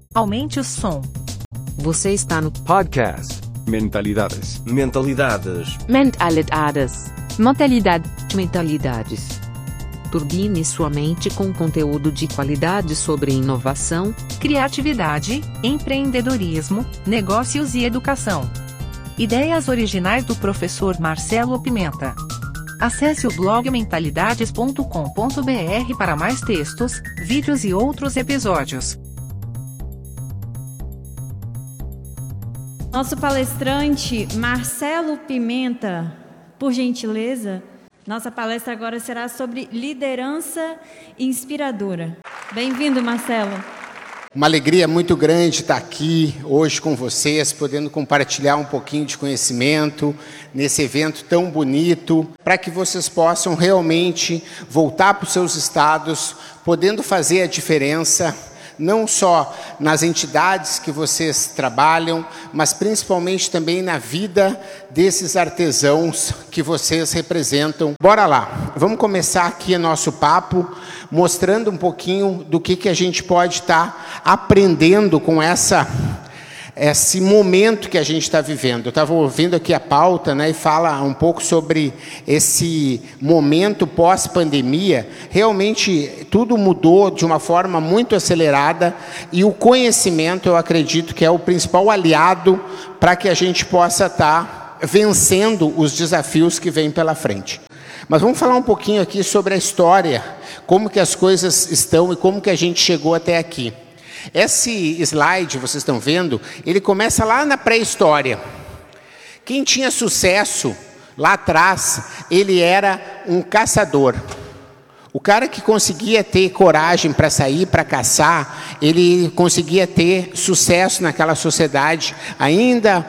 Aumente o som. Você está no podcast Mentalidades. Mentalidades. Mentalidades. Mentalidades. Turbine sua mente com conteúdo de qualidade sobre inovação, Criatividade, empreendedorismo, negócios e educação. Ideias originais do professor Marcelo Pimenta. Acesse o blog mentalidades.com.br para mais textos, vídeos e outros episódios. Nosso palestrante, Marcelo Pimenta, por gentileza, nossa palestra agora será sobre liderança inspiradora. Bem-vindo, Marcelo. Uma alegria muito grande estar aqui hoje com vocês, podendo compartilhar um pouquinho de conhecimento nesse evento tão bonito, para que vocês possam realmente voltar para os seus estados, podendo fazer a diferença, não só nas entidades que vocês trabalham, mas principalmente também na vida desses artesãos que vocês representam. Bora lá, vamos começar aqui o nosso papo, mostrando um pouquinho do que a gente pode estar aprendendo com esse momento que a gente está vivendo. Eu estava ouvindo aqui a pauta, né, e fala um pouco sobre esse momento pós-pandemia. Realmente tudo mudou de uma forma muito acelerada e o conhecimento, eu acredito que é o principal aliado para que a gente possa estar vencendo os desafios que vêm pela frente. Mas vamos falar um pouquinho aqui sobre a história, como que as coisas estão e como que a gente chegou até aqui. Esse slide, vocês estão vendo, ele começa lá na pré-história. Quem tinha sucesso lá atrás, ele era um caçador. O cara que conseguia ter coragem para sair, para caçar, ele conseguia ter sucesso naquela sociedade ainda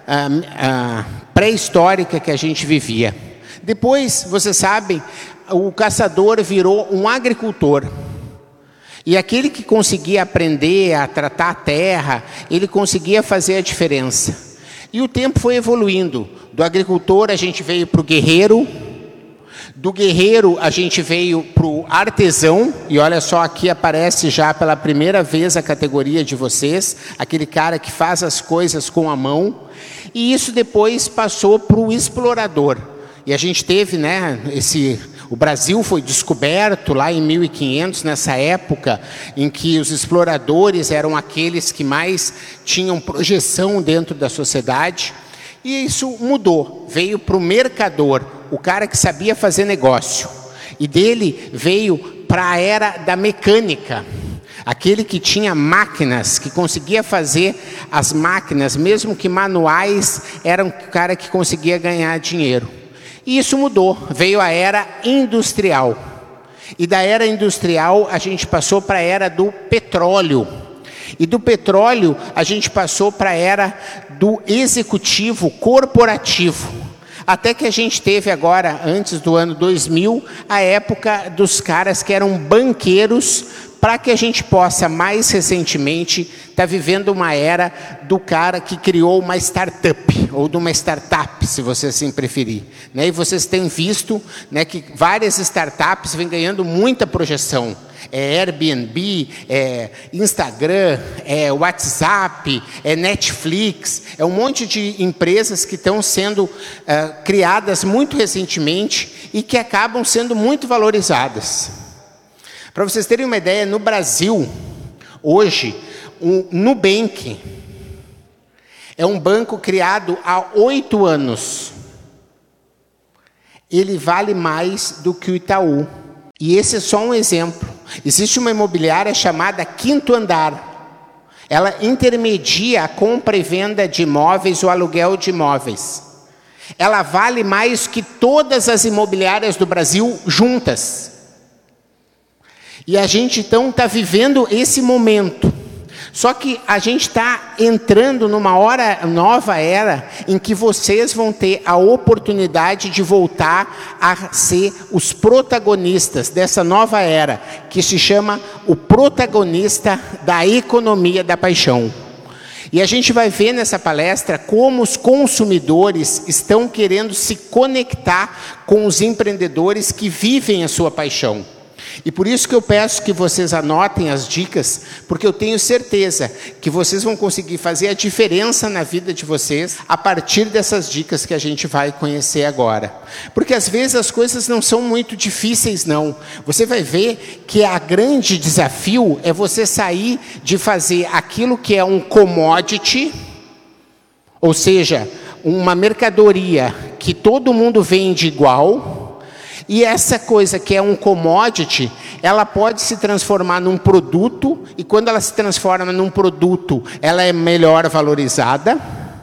pré-histórica que a gente vivia. Depois, vocês sabem, o caçador virou um agricultor. E aquele que conseguia aprender a tratar a terra, ele conseguia fazer a diferença. E o tempo foi evoluindo. Do agricultor a gente veio para o guerreiro. Do guerreiro a gente veio para o artesão. E olha só, aqui aparece já pela primeira vez a categoria de vocês. Aquele cara que faz as coisas com a mão. E isso depois passou para o explorador. E a gente teve, né, o Brasil foi descoberto lá em 1500, nessa época em que os exploradores eram aqueles que mais tinham projeção dentro da sociedade. E isso mudou, veio para o mercador, o cara que sabia fazer negócio. E dele veio para a era da mecânica, aquele que tinha máquinas, que conseguia fazer as máquinas, mesmo que manuais, era um cara que conseguia ganhar dinheiro. E isso mudou, veio a era industrial. E da era industrial a gente passou para a era do petróleo. E do petróleo a gente passou para a era do executivo corporativo. Até que a gente teve agora, antes do ano 2000, a época dos caras que eram banqueiros, para que a gente possa, mais recentemente, estar vivendo uma era do cara que criou uma startup, ou de uma startup, se você assim preferir. E vocês têm visto, né, que várias startups vêm ganhando muita projeção. É Airbnb, é Instagram, é WhatsApp, é Netflix, é um monte de empresas que estão sendo criadas muito recentemente e que acabam sendo muito valorizadas. Para vocês terem uma ideia, no Brasil, hoje, o Nubank é um banco criado há 8 anos. Ele vale mais do que o Itaú. E esse é só um exemplo. Existe uma imobiliária chamada Quinto Andar. Ela intermedia a compra e venda de imóveis ou aluguel de imóveis. Ela vale mais que todas as imobiliárias do Brasil juntas. E a gente então está vivendo esse momento. Só que a gente está entrando numa nova era em que vocês vão ter a oportunidade de voltar a ser os protagonistas dessa nova era, que se chama o protagonista da economia da paixão. E a gente vai ver nessa palestra como os consumidores estão querendo se conectar com os empreendedores que vivem a sua paixão. E por isso que eu peço que vocês anotem as dicas, porque eu tenho certeza que vocês vão conseguir fazer a diferença na vida de vocês a partir dessas dicas que a gente vai conhecer agora. Porque às vezes as coisas não são muito difíceis, não. Você vai ver que a grande desafio é você sair de fazer aquilo que é um commodity, ou seja, uma mercadoria que todo mundo vende igual. E essa coisa que é um commodity, ela pode se transformar num produto, e quando ela se transforma num produto, ela é melhor valorizada.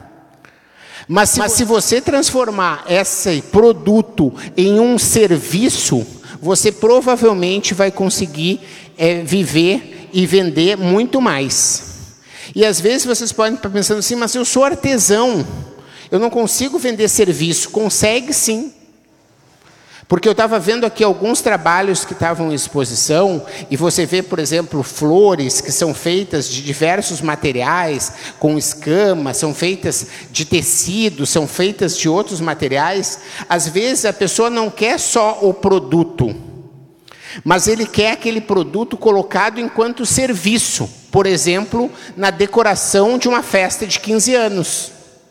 Mas se você transformar esse produto em um serviço, você provavelmente vai conseguir viver e vender muito mais. E às vezes vocês podem estar pensando assim, mas eu sou artesão, eu não consigo vender serviço. Consegue sim. Porque eu estava vendo aqui alguns trabalhos que estavam em exposição, e você vê, por exemplo, flores que são feitas de diversos materiais, com escama, são feitas de tecido, são feitas de outros materiais. Às vezes a pessoa não quer só o produto, mas ele quer aquele produto colocado enquanto serviço, por exemplo, na decoração de uma festa de 15 anos.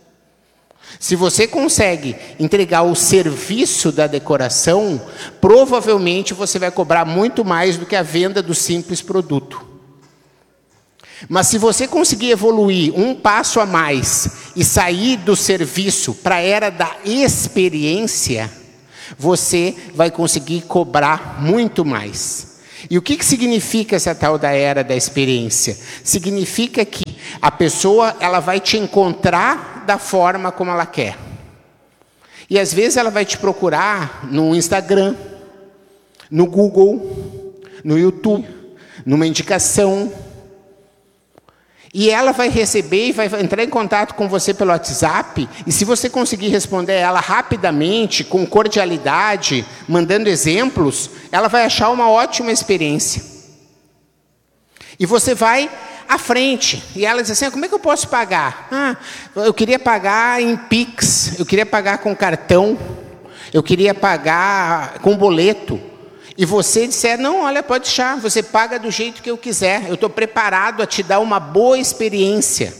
Se você consegue entregar o serviço da decoração, provavelmente você vai cobrar muito mais do que a venda do simples produto. Mas se você conseguir evoluir um passo a mais e sair do serviço para a era da experiência, você vai conseguir cobrar muito mais. E o que significa essa tal da era da experiência? Significa que a pessoa ela vai te encontrar da forma como ela quer. E às vezes ela vai te procurar no Instagram, no Google, no YouTube, numa indicação. E ela vai receber e vai entrar em contato com você pelo WhatsApp. E se você conseguir responder ela rapidamente, com cordialidade, mandando exemplos, ela vai achar uma ótima experiência. E você vai à frente. E ela diz assim, como é que eu posso pagar? Eu queria pagar em Pix, eu queria pagar com cartão, eu queria pagar com boleto. E você disser, não, olha, pode deixar, você paga do jeito que eu quiser, eu estou preparado a te dar uma boa experiência.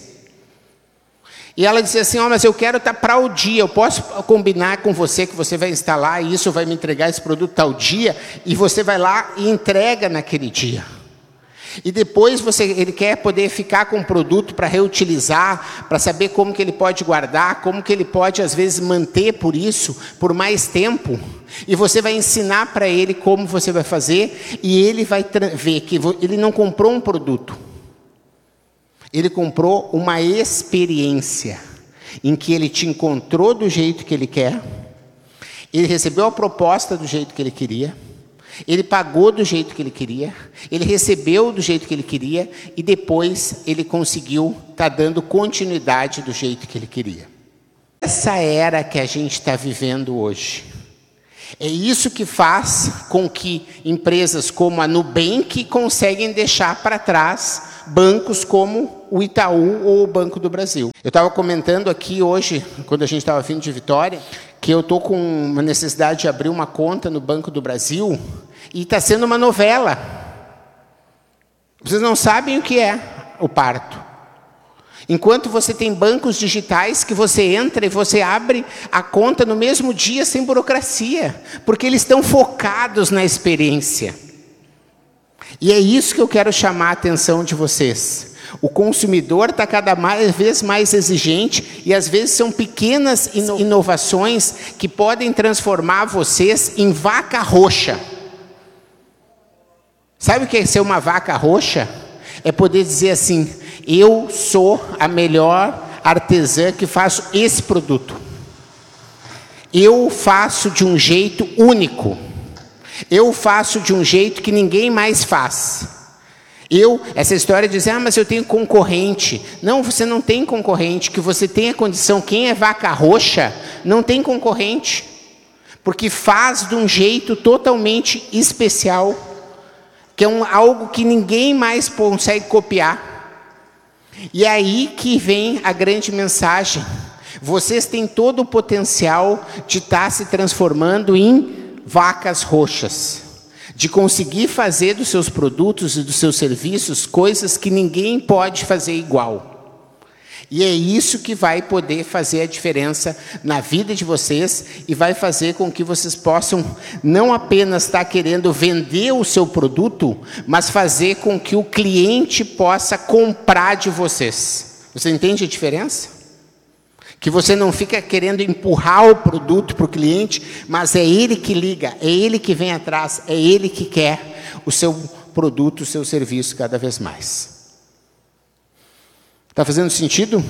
E ela disse assim, mas eu quero estar para o dia, eu posso combinar com você que você vai instalar e isso vai me entregar esse produto tal dia, e você vai lá e entrega naquele dia. E depois ele quer poder ficar com o produto para reutilizar, para saber como que ele pode guardar, como que ele pode, às vezes, manter por mais tempo. E você vai ensinar para ele como você vai fazer, e ele vai ver que ele não comprou um produto. Ele comprou uma experiência, em que ele te encontrou do jeito que ele quer, ele recebeu a proposta do jeito que ele queria, ele pagou do jeito que ele queria, ele recebeu do jeito que ele queria, e depois ele conseguiu estar dando continuidade do jeito que ele queria. Essa era que a gente está vivendo hoje. É isso que faz com que empresas como a Nubank conseguem deixar para trás bancos como o Itaú ou o Banco do Brasil. Eu estava comentando aqui hoje, quando a gente estava vindo de Vitória, que eu estou com uma necessidade de abrir uma conta no Banco do Brasil, e está sendo uma novela. Vocês não sabem o que é o parto. Enquanto você tem bancos digitais que você entra e você abre a conta no mesmo dia sem burocracia, porque eles estão focados na experiência. E é isso que eu quero chamar a atenção de vocês. O consumidor está cada vez mais exigente, e às vezes são pequenas inovações que podem transformar vocês em vaca roxa. Sabe o que é ser uma vaca roxa? É poder dizer assim, eu sou a melhor artesã que faço esse produto. Eu faço de um jeito único. Eu faço de um jeito que ninguém mais faz. Essa história de dizer, mas eu tenho concorrente. Não, você não tem concorrente, que você tem a condição. Quem é vaca roxa não tem concorrente, porque faz de um jeito totalmente especial, que é algo que ninguém mais consegue copiar. E é aí que vem a grande mensagem. Vocês têm todo o potencial de estar se transformando em vacas roxas, de conseguir fazer dos seus produtos e dos seus serviços coisas que ninguém pode fazer igual. E é isso que vai poder fazer a diferença na vida de vocês e vai fazer com que vocês possam não apenas estar querendo vender o seu produto, mas fazer com que o cliente possa comprar de vocês. Você entende a diferença? Que você não fica querendo empurrar o produto para o cliente, mas é ele que liga, é ele que vem atrás, é ele que quer o seu produto, o seu serviço cada vez mais. Está fazendo sentido?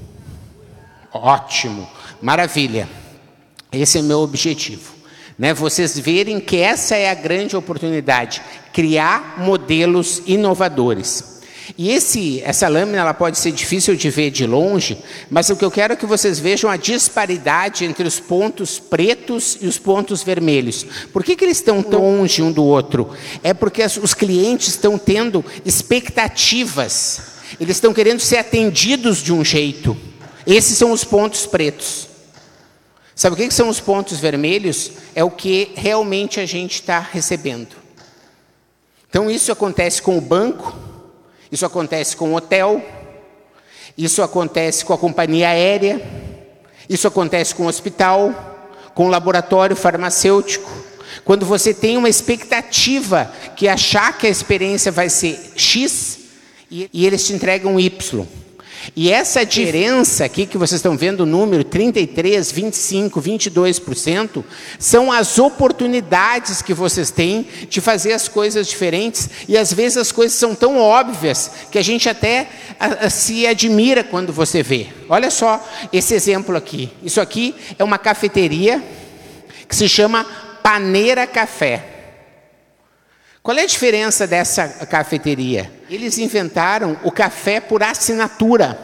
Ótimo, maravilha. Esse é meu objetivo, né? Vocês verem que essa é a grande oportunidade, criar modelos inovadores. E essa lâmina ela pode ser difícil de ver de longe, mas o que eu quero é que vocês vejam a disparidade entre os pontos pretos e os pontos vermelhos. Por que eles estão tão longe um do outro? É porque os clientes estão tendo expectativas. Eles estão querendo ser atendidos de um jeito. Esses são os pontos pretos. Sabe o que são os pontos vermelhos? É o que realmente a gente está recebendo. Então isso acontece com o banco, isso acontece com o hotel, isso acontece com a companhia aérea, isso acontece com o hospital, com o laboratório farmacêutico. Quando você tem uma expectativa que achar que a experiência vai ser X, e eles te entregam Y. E essa diferença aqui que vocês estão vendo, o número 33, 25, 22%, são as oportunidades que vocês têm de fazer as coisas diferentes. E às vezes as coisas são tão óbvias que a gente até se admira quando você vê. Olha só esse exemplo aqui. Isso aqui é uma cafeteria que se chama Paneira Café. Qual é a diferença dessa cafeteria? Eles inventaram o café por assinatura.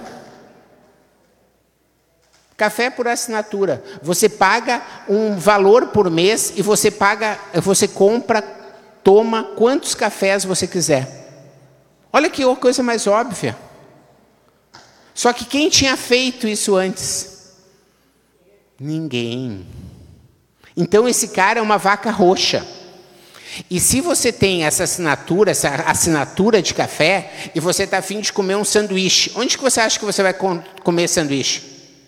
Café por assinatura. Você paga um valor por mês e você compra, toma quantos cafés você quiser. Olha que coisa mais óbvia. Só que quem tinha feito isso antes? Ninguém. Então esse cara é uma vaca roxa. E se você tem essa assinatura de café, e você está a fim de comer um sanduíche, onde que você acha que você vai comer sanduíche?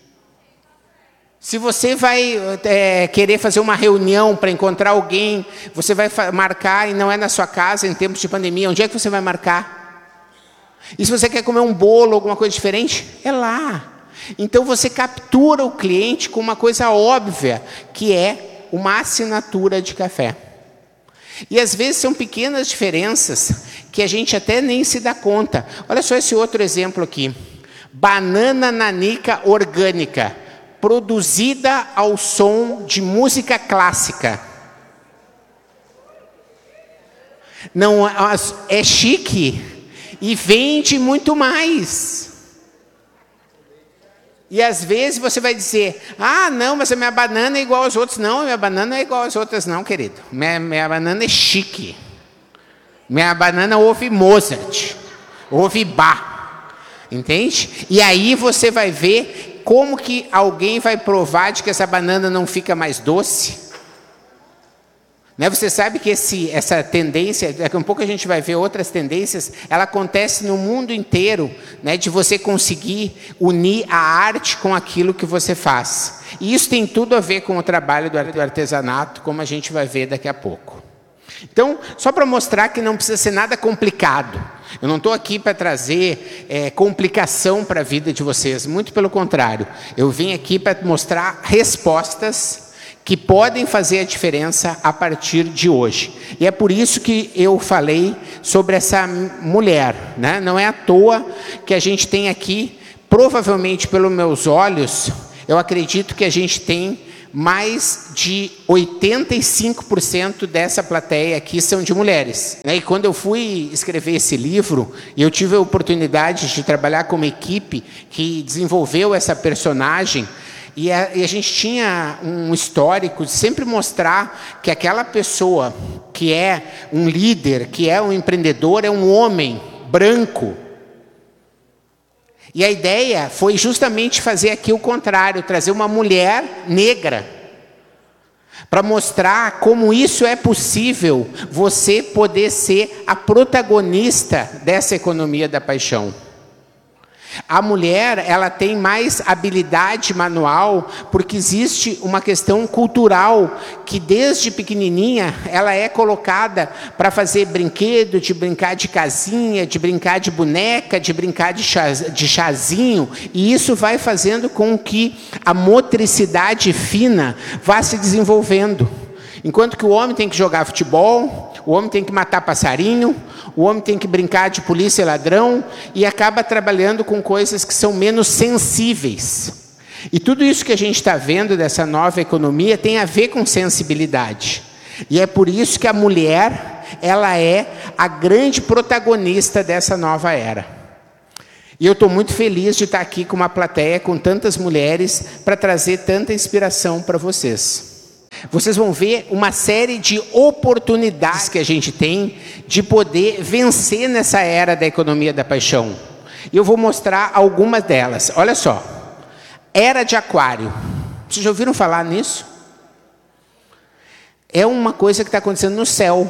Se você vai querer fazer uma reunião para encontrar alguém, você vai marcar e não é na sua casa, em tempos de pandemia, onde é que você vai marcar? E se você quer comer um bolo, alguma coisa diferente, é lá. Então você captura o cliente com uma coisa óbvia, que é uma assinatura de café. E às vezes são pequenas diferenças que a gente até nem se dá conta. Olha só esse outro exemplo aqui. Banana nanica orgânica, produzida ao som de música clássica. Não é chique e vende muito mais. E às vezes você vai dizer, não, mas a minha banana é igual aos outros. Não, a minha banana não é igual às outras não, querido. Minha banana é chique. Minha banana ouve Mozart, ouve Bach. Entende? E aí você vai ver como que alguém vai provar de que essa banana não fica mais doce. Né? Você sabe que essa tendência, daqui a um pouco a gente vai ver outras tendências, ela acontece no mundo inteiro, né? De você conseguir unir a arte com aquilo que você faz. E isso tem tudo a ver com o trabalho do artesanato, como a gente vai ver daqui a pouco. Então, só para mostrar que não precisa ser nada complicado. Eu não estou aqui para trazer complicação para a vida de vocês, muito pelo contrário. Eu vim aqui para mostrar respostas que podem fazer a diferença a partir de hoje. E é por isso que eu falei sobre essa mulher, né? Não é à toa que a gente tem aqui, provavelmente pelos meus olhos, eu acredito que a gente tem mais de 85% dessa plateia aqui são de mulheres. E quando eu fui escrever esse livro, eu tive a oportunidade de trabalhar com uma equipe que desenvolveu essa personagem. E a gente tinha um histórico de sempre mostrar que aquela pessoa que é um líder, que é um empreendedor, é um homem branco. E a ideia foi justamente fazer aqui o contrário, trazer uma mulher negra. para mostrar como isso é possível, você poder ser a protagonista dessa economia da paixão. A mulher, ela tem mais habilidade manual, porque existe uma questão cultural, que desde pequenininha, ela é colocada para fazer brinquedo, de brincar de casinha, de brincar de boneca, de brincar de chazinho, e isso vai fazendo com que a motricidade fina vá se desenvolvendo. Enquanto que o homem tem que jogar futebol, o homem tem que matar passarinho, o homem tem que brincar de polícia e ladrão, e acaba trabalhando com coisas que são menos sensíveis. E tudo isso que a gente está vendo dessa nova economia tem a ver com sensibilidade. E é por isso que a mulher, ela é a grande protagonista dessa nova era. E eu estou muito feliz de estar aqui com uma plateia com tantas mulheres para trazer tanta inspiração para vocês. Vocês vão ver uma série de oportunidades que a gente tem de poder vencer nessa era da economia da paixão. E eu vou mostrar algumas delas. Olha só. Era de Aquário. Vocês já ouviram falar nisso? É uma coisa que está acontecendo no céu.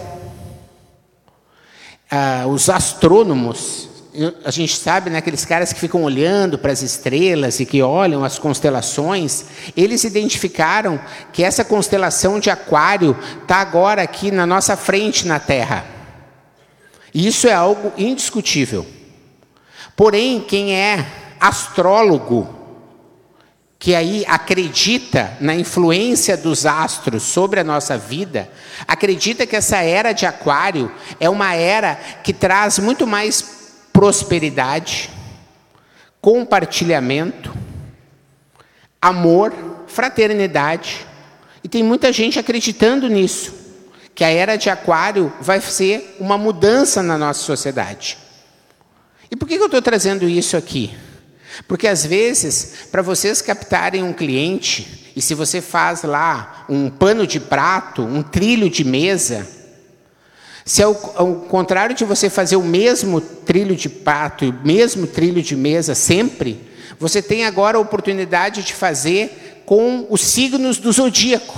Os astrônomos, a gente sabe, né, aqueles caras que ficam olhando para as estrelas e que olham as constelações, eles identificaram que essa constelação de Aquário está agora aqui na nossa frente na Terra. E isso é algo indiscutível. Porém, quem é astrólogo, que aí acredita na influência dos astros sobre a nossa vida, acredita que essa era de Aquário é uma era que traz muito mais prosperidade, compartilhamento, amor, fraternidade. E tem muita gente acreditando nisso, que a era de Aquário vai ser uma mudança na nossa sociedade. E por que eu estou trazendo isso aqui? Porque às vezes, para vocês captarem um cliente, e se você faz lá um pano de prato, um trilho de mesa, se ao contrário de você fazer o mesmo trilho de prato e o mesmo trilho de mesa sempre, você tem agora a oportunidade de fazer com os signos do zodíaco.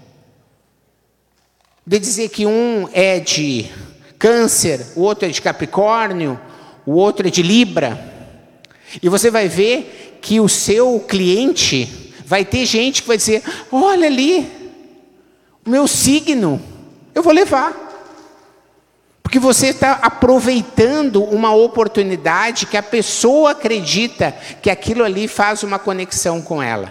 De dizer que um é de Câncer, o outro é de Capricórnio, o outro é de Libra. E você vai ver que o seu cliente vai ter gente que vai dizer: olha ali, o meu signo, eu vou levar. Porque você está aproveitando uma oportunidade que a pessoa acredita que aquilo ali faz uma conexão com ela.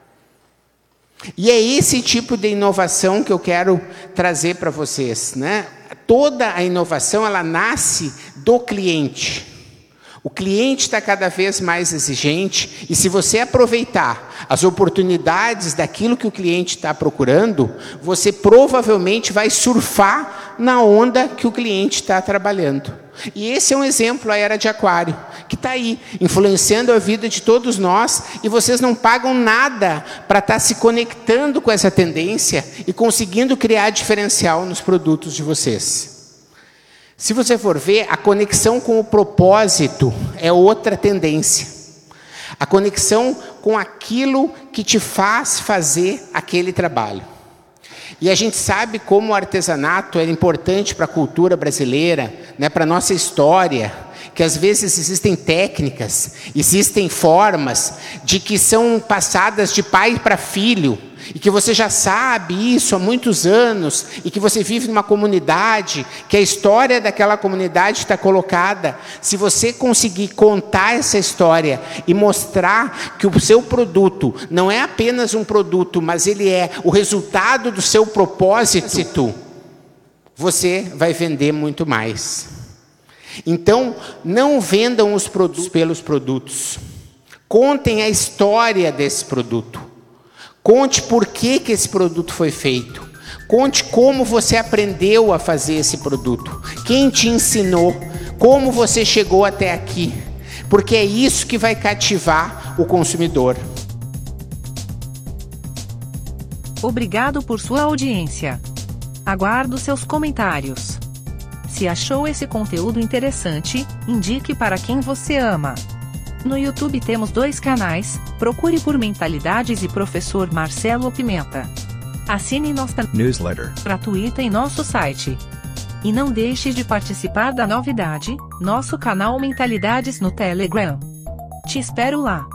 E é esse tipo de inovação que eu quero trazer para vocês, né? Toda a inovação, ela nasce do cliente. O cliente está cada vez mais exigente, e se você aproveitar as oportunidades daquilo que o cliente está procurando, você provavelmente vai surfar na onda que o cliente está trabalhando. E esse é um exemplo, a era de Aquário, que está aí, influenciando a vida de todos nós, e vocês não pagam nada para estar se conectando com essa tendência e conseguindo criar diferencial nos produtos de vocês. Se você for ver, a conexão com o propósito é outra tendência. A conexão com aquilo que te faz fazer aquele trabalho. E a gente sabe como o artesanato é importante para a cultura brasileira, né, para a nossa história, que às vezes existem técnicas, existem formas de que são passadas de pai para filho, e que você já sabe isso há muitos anos, e que você vive numa comunidade, que a história daquela comunidade está colocada. Se você conseguir contar essa história e mostrar que o seu produto não é apenas um produto, mas ele é o resultado do seu propósito, você vai vender muito mais. Então, não vendam os produtos pelos produtos. Contem a história desse produto. Conte por que esse produto foi feito. Conte como você aprendeu a fazer esse produto. Quem te ensinou. Como você chegou até aqui. Porque é isso que vai cativar o consumidor. Obrigado por sua audiência. Aguardo seus comentários. Se achou esse conteúdo interessante, indique para quem você ama. No YouTube temos 2 canais, procure por Mentalidades e Professor Marcelo Pimenta. Assine nossa newsletter gratuita em nosso site. E não deixe de participar da novidade, nosso canal Mentalidades no Telegram. Te espero lá.